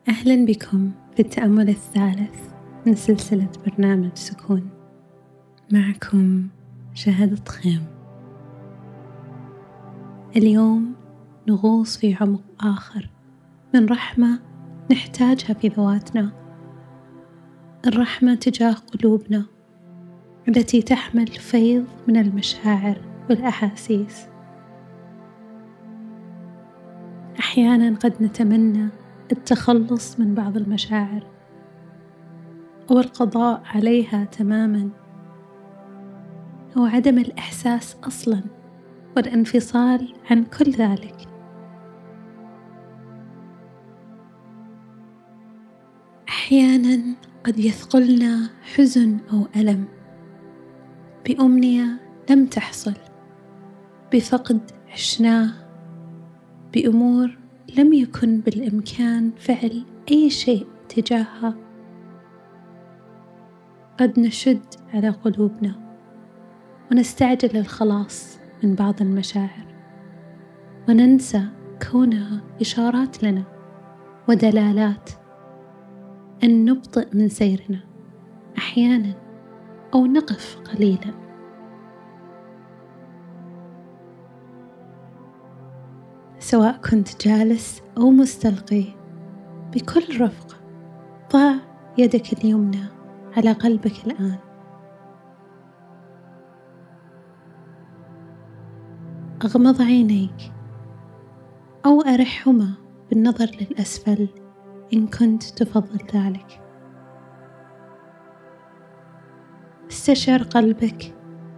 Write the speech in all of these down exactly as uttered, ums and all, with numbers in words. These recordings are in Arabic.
أهلا بكم في التأمل الثالث من سلسلة برنامج سكون. معكم شهد طخيم. اليوم نغوص في عمق آخر من رحمة نحتاجها في ذواتنا، الرحمة تجاه قلوبنا التي تحمل فيض من المشاعر والأحاسيس. أحيانا قد نتمنى التخلص من بعض المشاعر أو القضاء عليها تماما، أو عدم الإحساس أصلا والانفصال عن كل ذلك. أحيانا قد يثقلنا حزن أو ألم بأمنية لم تحصل، بفقد عشناه، بأمور لم يكن بالإمكان فعل أي شيء تجاهها. قد نشد على قلوبنا ونستعجل الخلاص من بعض المشاعر، وننسى كونها إشارات لنا ودلالات أن نبطئ من سيرنا أحيانا أو نقف قليلا. سواء كنت جالس أو مستلقي، بكل رفق ضع يدك اليمنى على قلبك الآن. أغمض عينيك أو أرحهما بالنظر للأسفل إن كنت تفضل ذلك. استشعر قلبك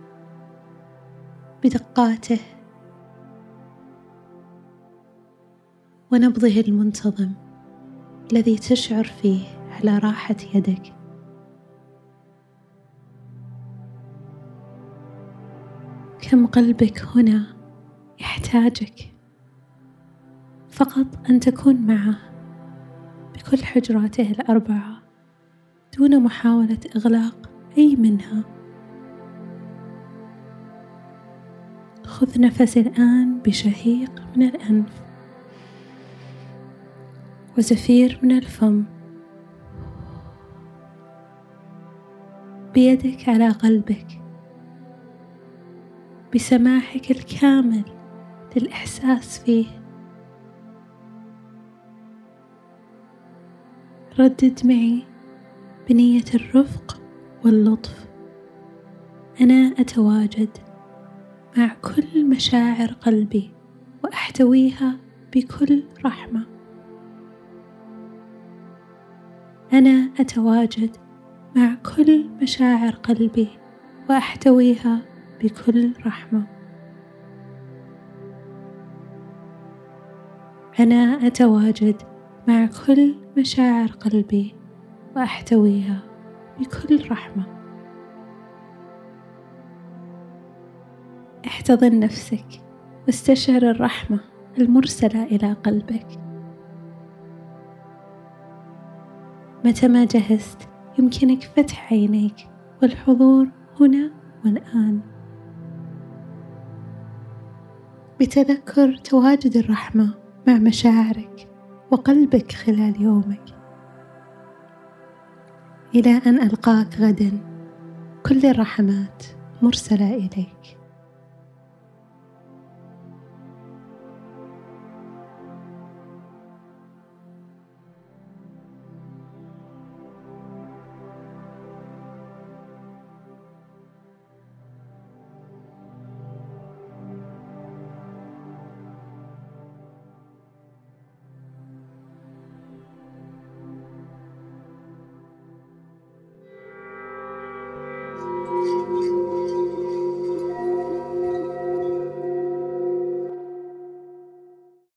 بدقاته ونبضه المنتظم الذي تشعر فيه على راحة يدك. كم قلبك هنا يحتاجك، فقط أن تكون معه بكل حجراته الأربعة دون محاولة إغلاق أي منها. خذ نفس الآن بشهيق من الأنف وزفير من الفم، بيدك على قلبك، بسماحك الكامل للإحساس فيه. ردد معي بنية الرفق واللطف: أنا أتواجد مع كل مشاعر قلبي وأحتويها بكل رحمة. أنا أتواجد مع كل مشاعر قلبي وأحتويها بكل رحمة. أنا أتواجد مع كل مشاعر قلبي وأحتويها بكل رحمة. احتضن نفسك واستشعر الرحمة المرسلة إلى قلبك. متى ما جهزت يمكنك فتح عينيك والحضور هنا والآن، بتذكر تواجد الرحمة مع مشاعرك وقلبك خلال يومك. إلى أن ألقاك غدا، كل الرحمات مرسلة إليك.